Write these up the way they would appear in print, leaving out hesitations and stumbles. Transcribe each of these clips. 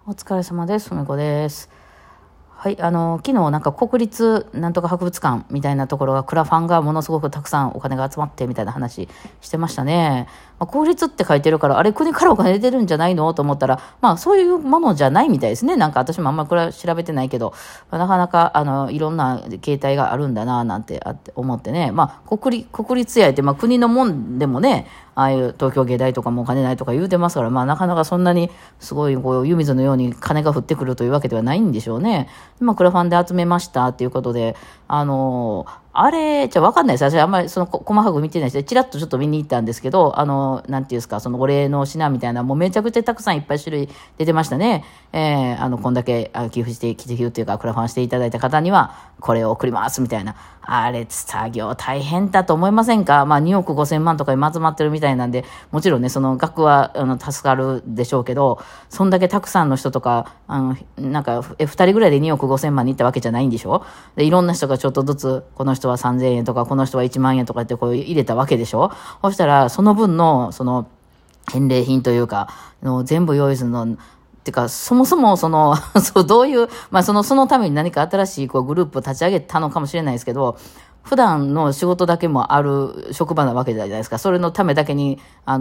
お疲れ様です。ふみこです。はい、昨日なんか国立なんとか博物館みたいなところがクラファンがものすごくたくさんお金が集まってみたいな話してましたね。公立って書いてるから、あれ国からお金出てるんじゃないのと思ったら、そういうものじゃないみたいですね。なんか私もあんまりこれは調べてないけど、なかなかいろんな形態があるんだななんて思ってね。国立やって、国のもんでもね、ああいう東京芸大とかもお金ないとか言うてますから、なかなかそんなにすごいこう湯水のように金が降ってくるというわけではないんでしょうね。クラファンで集めましたっていうことで、あれ、じゃわかんないです。私あんまりその細かく見てないです。チラッとちょっと見に行ったんですけど、なんていうんですか、そのお礼の品みたいな、もうめちゃくちゃたくさんいっぱい種類出てましたね。こんだけ寄付っていうか、クラファンしていただいた方には、これを送りますみたいな。あれ、作業大変だと思いませんか？2億5千万とかに集まってるみたいなんで、もちろんね、その額は、助かるでしょうけど、そんだけたくさんの人とか、なんか、二人ぐらいで2億5千万に行ったわけじゃないんでしょ？で、いろんな人がちょっとずつ、この人は3000円とか、この人は1万円とかってこう入れたわけでしょ？そしたら、その分の、返礼品というか、全部用意するの、てか、そもそもどういう、そのために何か新しいグループを立ち上げたのかもしれないですけど、普段の仕事だけもある職場なわけじゃないですか。それのためだけに、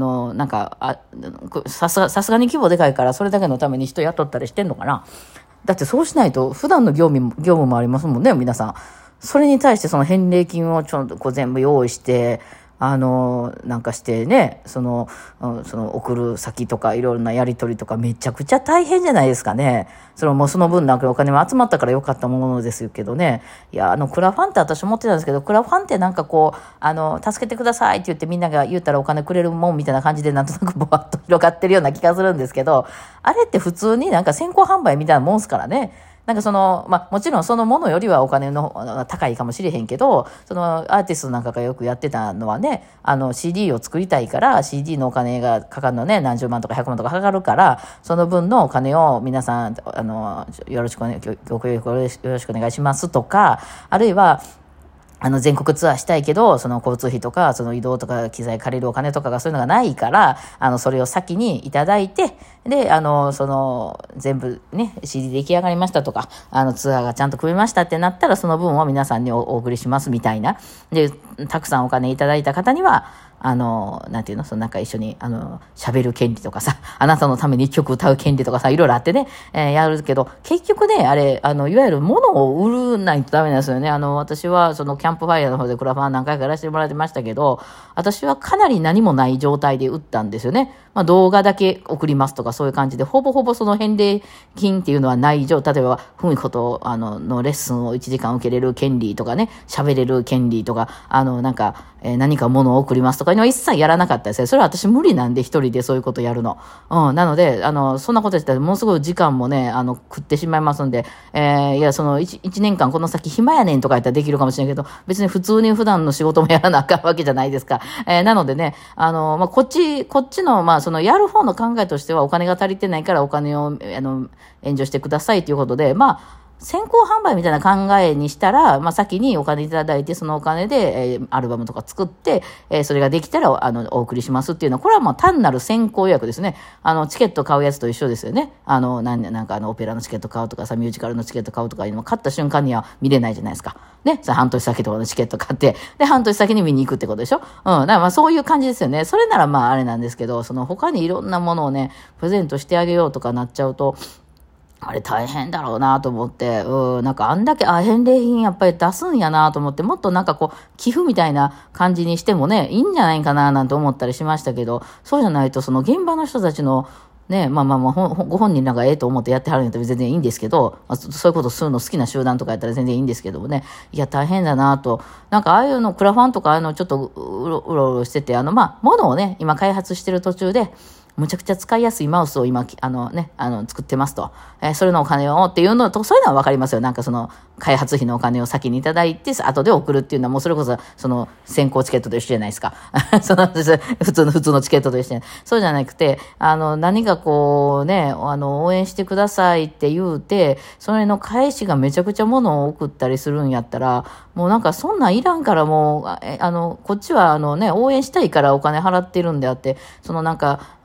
さすがに規模でかいから、それだけのために人雇ったりしてんのかな。だってそうしないと、普段の業務もありますもんね、皆さん。それに対してその返礼金をちょっと全部用意して、なんかしてね、送る先とかいろいろなやり取りとかめちゃくちゃ大変じゃないですかね。もうその分なんかお金も集まったからよかったものですけどね。いや、クラファンって私思ってたんですけど、クラファンってなんか助けてくださいって言ってみんなが言ったらお金くれるもんみたいな感じでなんとなくぼわっと広がってるような気がするんですけど、あれって普通になんか先行販売みたいなもんすからね。なんかもちろんそのものよりはお金の高いかもしれへんけど、アーティストなんかがよくやってたのはね、CD を作りたいから、CD のお金がかかるのね、何十万とか100万とかかかるから、その分のお金を皆さん、よろしくお願いしますとか、あるいは、全国ツアーしたいけど、その交通費とか、その移動とか機材借りるお金とかがそういうのがないから、それを先にいただいて、で、全部ね、CD 出来上がりましたとか、ツアーがちゃんと組みましたってなったら、その分を皆さんにお送りしますみたいな。で、たくさんお金いただいた方には、なんていうの、なんか一緒に、喋る権利とかさ、あなたのために一曲歌う権利とかさ、いろいろあってね、やるけど、結局ね、あれ、いわゆる物を売るないとダメなんですよね。私は、キャンプファイヤーの方でクラファン何回かやらせてもらってましたけど、私はかなり何もない状態で売ったんですよね。動画だけ送りますとか、そういう感じで、ほぼほぼその返礼金っていうのはない例えば、ふみことのレッスンを1時間受けれる権利とかね、喋れる権利とか、何か物を送りますとかいうのは一切やらなかったですね。それは私無理なんで一人でそういうことやるの。なので、そんなことやったらものすごい時間もね、食ってしまいますんで、いや、1年間この先暇やねんとか言ったらできるかもしれないけど、別に普通に普段の仕事もやらなあかんわけじゃないですか。なのでね、こっちの、やる方の考えとしてはお金が足りてないからお金を、援助してくださいということで、先行販売みたいな考えにしたら、先にお金いただいて、そのお金で、アルバムとか作って、それができたら、お送りしますっていうのは、これは単なる先行予約ですね。チケット買うやつと一緒ですよね。なんかオペラのチケット買うとかさ、ミュージカルのチケット買うとかいうのも、買った瞬間には見れないじゃないですか。ね。半年先とかのチケット買って、で、半年先に見に行くってことでしょ。だからそういう感じですよね。それならあれなんですけど、他にいろんなものをね、プレゼントしてあげようとかなっちゃうと、あれ大変だろうなと思って、なんかあんだけ、返礼品やっぱり出すんやなと思って、もっとなんか寄付みたいな感じにしてもね、いいんじゃないかななんて思ったりしましたけど、そうじゃないと現場の人たちの、ね、ご本人らがと思ってやってはるんやったら全然いいんですけど、そういうことするの好きな集団とかやったら全然いいんですけどもね、いや大変だなと、なんかああいうの、クラファンとかちょっとうろしてて、物をね、今開発してる途中で、むちゃくちゃ使いやすいマウスを今、作ってますと。それのお金をっていうのと、そういうのはわかりますよ。なんか開発費のお金を先にいただいて、後で送るっていうのはもうそれこそ、先行チケットと一緒じゃないですか。普通のチケットと一緒じゃない。そうじゃなくて、何か応援してくださいって言うて、それの返しがめちゃくちゃ物を送ったりするんやったら、もうなんかそんなんいらんからもう、こっちは応援したいからお金払ってるんであって、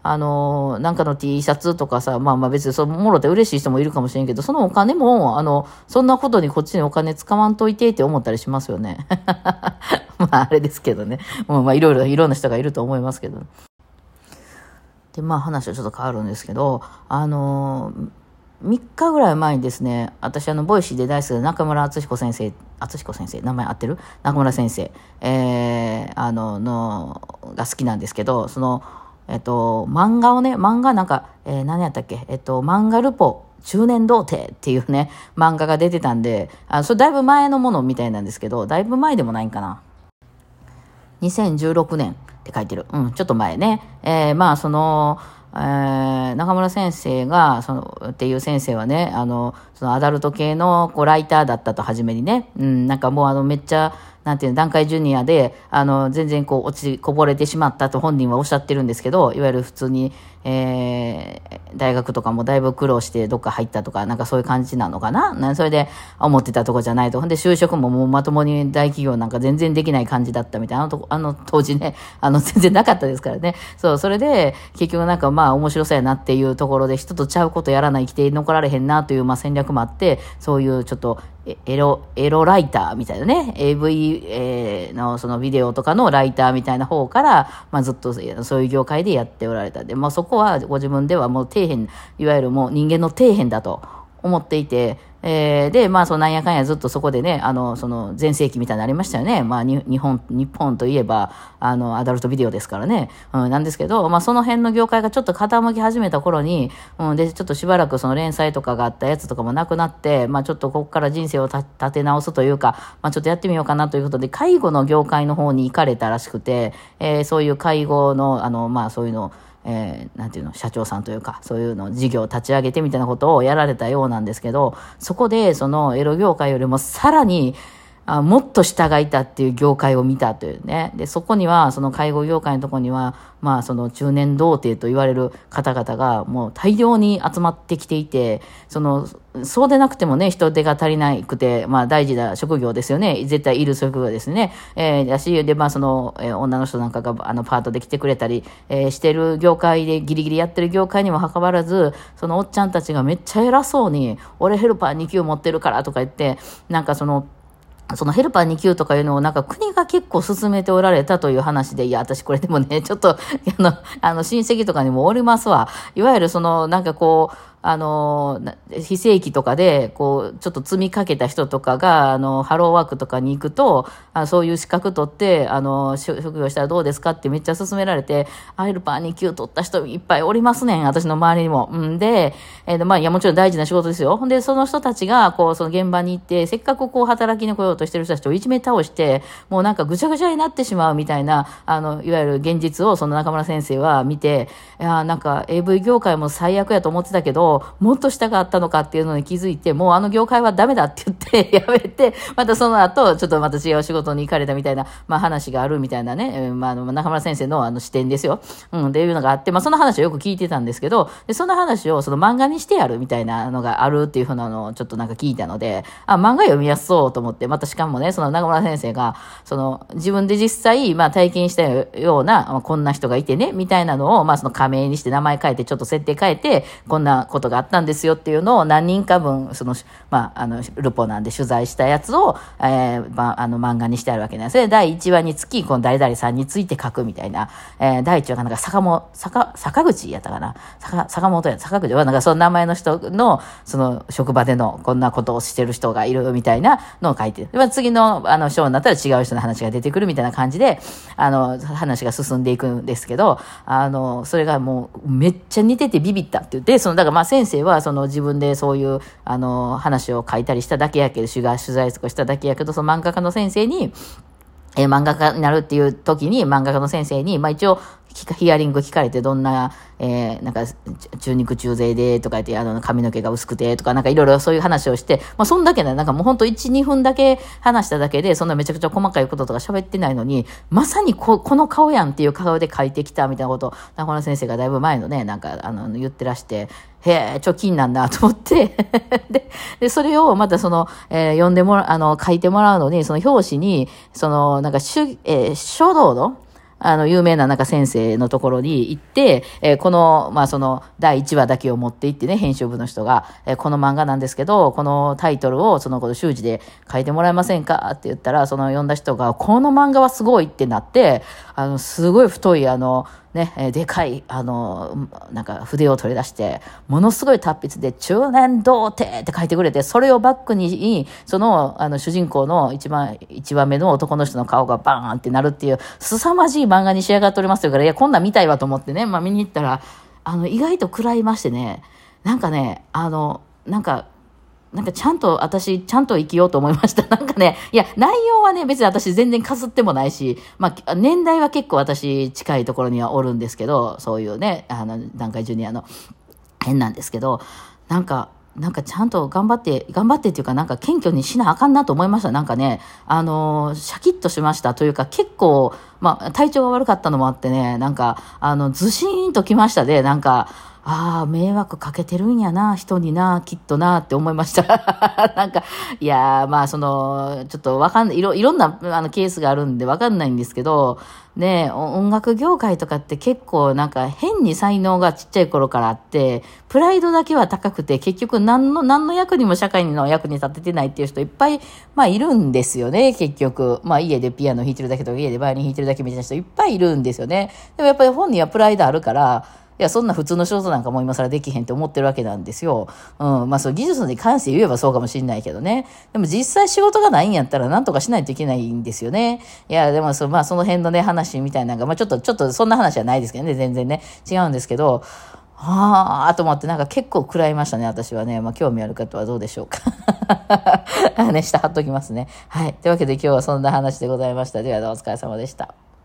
なんかの T シャツとかさ、まあ別にそのもろて嬉しい人もいるかもしれんけど、そのお金も、そんなことにこっちにお金使わんといてって思ったりしますよね。まああれですけどね。もうまあいろんな人がいると思いますけど。で、まあ話はちょっと変わるんですけど、3日ぐらい前にですね、私ボイシーで大好きな中村敦彦先生、名前合ってる？中村先生、が好きなんですけど、漫画をね、何やったっけ、漫画ルポ、中年童貞っていうね、漫画が出てたんで、それだいぶ前のものみたいなんですけど、だいぶ前でもないんかな。2016年って書いてる。ちょっと前ね。中村先生が、っていう先生はね、そのアダルト系のライターだったと初めにね、なんかもうめっちゃ、なんていうの、団塊ジュニアで、全然落ちこぼれてしまったと本人はおっしゃってるんですけど、いわゆる普通に、大学とかもだいぶ苦労してどっか入ったとか、なんかそういう感じなのかな。それで思ってたとこじゃないと。ほんで就職ももうまともに大企業なんか全然できない感じだったみたいな、当時ね、全然なかったですからね。そう、それで結局なんかまあ面白そうやなっていうところで人とちゃうことやらない生きて残られへんなというまあ戦略もあって、そういうちょっとエロライターみたいなね、AV のそのビデオとかのライターみたいな方から、まあずっとそういう業界でやっておられた。で、まあそこはご自分ではもう底辺、いわゆるもう人間の底辺だと思っていて、で、まあそのなんやかんやずっとそこでね、その全盛期みたいなのありましたよね。まあ日本といえば、アダルトビデオですからね。なんですけど、まあその辺の業界がちょっと傾き始めた頃に、で、ちょっとしばらくその連載とかがあったやつとかもなくなって、まあちょっとここから人生を立て直すというか、まあちょっとやってみようかなということで、介護の業界の方に行かれたらしくて、そういう介護の、まあそういうの、なんていうの、社長さんというか、そういうの事業を立ち上げてみたいなことをやられたようなんですけど、そこでそのエロ業界よりもさらにもっと下がいたっていう業界を見たというね。で、そこには、その介護業界のところには、まあ、その中年童貞と言われる方々がもう大量に集まってきていて、そうでなくてもね、人手が足りなくて、まあ、大事な職業ですよね。絶対いる職業ですね。だし、で、まあ、女の人なんかが、パートで来てくれたり、してる業界で、ギリギリやってる業界にもかかわらず、そのおっちゃんたちがめっちゃ偉そうに、俺ヘルパー2級持ってるからとか言って、なんかそのヘルパー2級とかいうのをなんか国が結構進めておられたという話で、いや、私これでもね、ちょっと、親戚とかにもおりますわ。いわゆるなんかこう、非正規とかで、こう、ちょっと積みかけた人とかが、ハローワークとかに行くと、そういう資格取って、職業したらどうですかってめっちゃ勧められて、ヘルパー2級取った人いっぱいおりますねん、私の周りにも。で、まあ、いや、もちろん大事な仕事ですよ。ほんで、その人たちが、こう、その現場に行って、せっかくこう、働きに来ようとしてる人たちをいじめ倒して、もうなんかぐちゃぐちゃになってしまうみたいな、いわゆる現実をその中村先生は見て、いや、なんか AV 業界も最悪やと思ってたけど、もっと下があったのかっていうのに気づいて、もう業界はダメだって言ってやめて、またその後、ちょっとまた違う仕事に行かれたみたいな、まあ話があるみたいなね、まあ中村先生の視点ですよ。っていうのがあって、まあその話をよく聞いてたんですけど、で、その話をその漫画にしてやるみたいなのがあるっていうふうなのをちょっとなんか聞いたので、漫画読みやすそうと思って、またしかもね、その中村先生が、自分で実際、まあ体験したような、こんな人がいてね、みたいなのを、まあその仮名にして名前変えて、ちょっと設定変えて、こんなことがあったんですよっていうのを何人か分、ルポなんで取材したやつを、漫画にしてあるわけなんです。それで第1話につき、この誰々さんについて書くみたいな、第1話がなんか坂口やったかな、坂口はなんかその名前の人の、その職場でのこんなことをしてる人がいるみたいなのを書いてる。次の章になったら違う人の話が出てくるみたいな感じで、話が進んでいくんですけど、それがもうめっちゃ似ててビビったって言って、だからまあ先生は自分でそういう話を書いたりしただけやけど、取材とかしただけやけど、その漫画家の先生に、漫画家になるっていう時に漫画家の先生に、まあ一応ヒアリング聞かれて、どんな、なんか、中肉中背でとか言って、髪の毛が薄くてとか、なんかいろいろそういう話をして、まあそんだけね、なんかもうほんと1、2分だけ話しただけで、そんなめちゃくちゃ細かいこととか喋ってないのに、まさにこの顔やんっていう顔で書いてきたみたいなことを、中村先生がだいぶ前のね、なんか、言ってらして、へえ、ちょ、気になんなと思ってで、それをまた読んでもら書いてもらうのに、その表紙に、なんか書道の、 有名ななんか先生のところに行って、この、その、第1話だけを持って行ってね、編集部の人が、この漫画なんですけど、このタイトルをそのこと習字で書いてもらえませんかって言ったら、その読んだ人が、この漫画はすごいってなって、すごい太い、でかい、なんか筆を取り出して、ものすごい達筆で、中年童貞って書いてくれて、それをバックに、その、主人公の一番目の男の人の顔がバーンってなるっていう、凄まじい漫画に仕上がっておりますよから、いや、こんなん見たいわと思ってね、見に行ったら、意外と食らいましてね、なんかね、なんかちゃんと生きようと思いました。なんかね、いや、内容はね、別に私全然かすってもないし、年代は結構私近いところにはおるんですけど、そういうね、団塊ジュニアの変なんですけど、なんかちゃんと頑張ってっていうか、なんか謙虚にしなあかんなと思いました。なんかね、シャキッとしましたというか、結構、体調が悪かったのもあってね、なんか、ずしーんときましたで、なんか、迷惑かけてるんやな、人にな、きっとな、って思いました。なんか、いやー、ちょっとわかんない、いろんな、ケースがあるんでわかんないんですけど、ね、音楽業界とかって結構なんか変に才能がちっちゃい頃からあって、プライドだけは高くて、結局何の役にも社会の役に立ててないっていう人いっぱい、いるんですよね、結局。家でピアノ弾いてるだけとか、家でバイオリン弾いてるだけみたいな人いっぱいいるんですよね。でもやっぱり本人はプライドあるから、いや、そんな普通の仕事なんかもう今更できへんって思ってるわけなんですよ。その技術に関して言えばそうかもしれないけどね。でも実際仕事がないんやったら何とかしないといけないんですよね。いや、でもその辺のね、話みたいなのが、ちょっとそんな話はないですけどね、全然ね、違うんですけど、と思ってなんか結構食らいましたね、私はね。興味ある方はどうでしょうか。下貼っときますね。はい。というわけで今日はそんな話でございました。では、お疲れ様でした。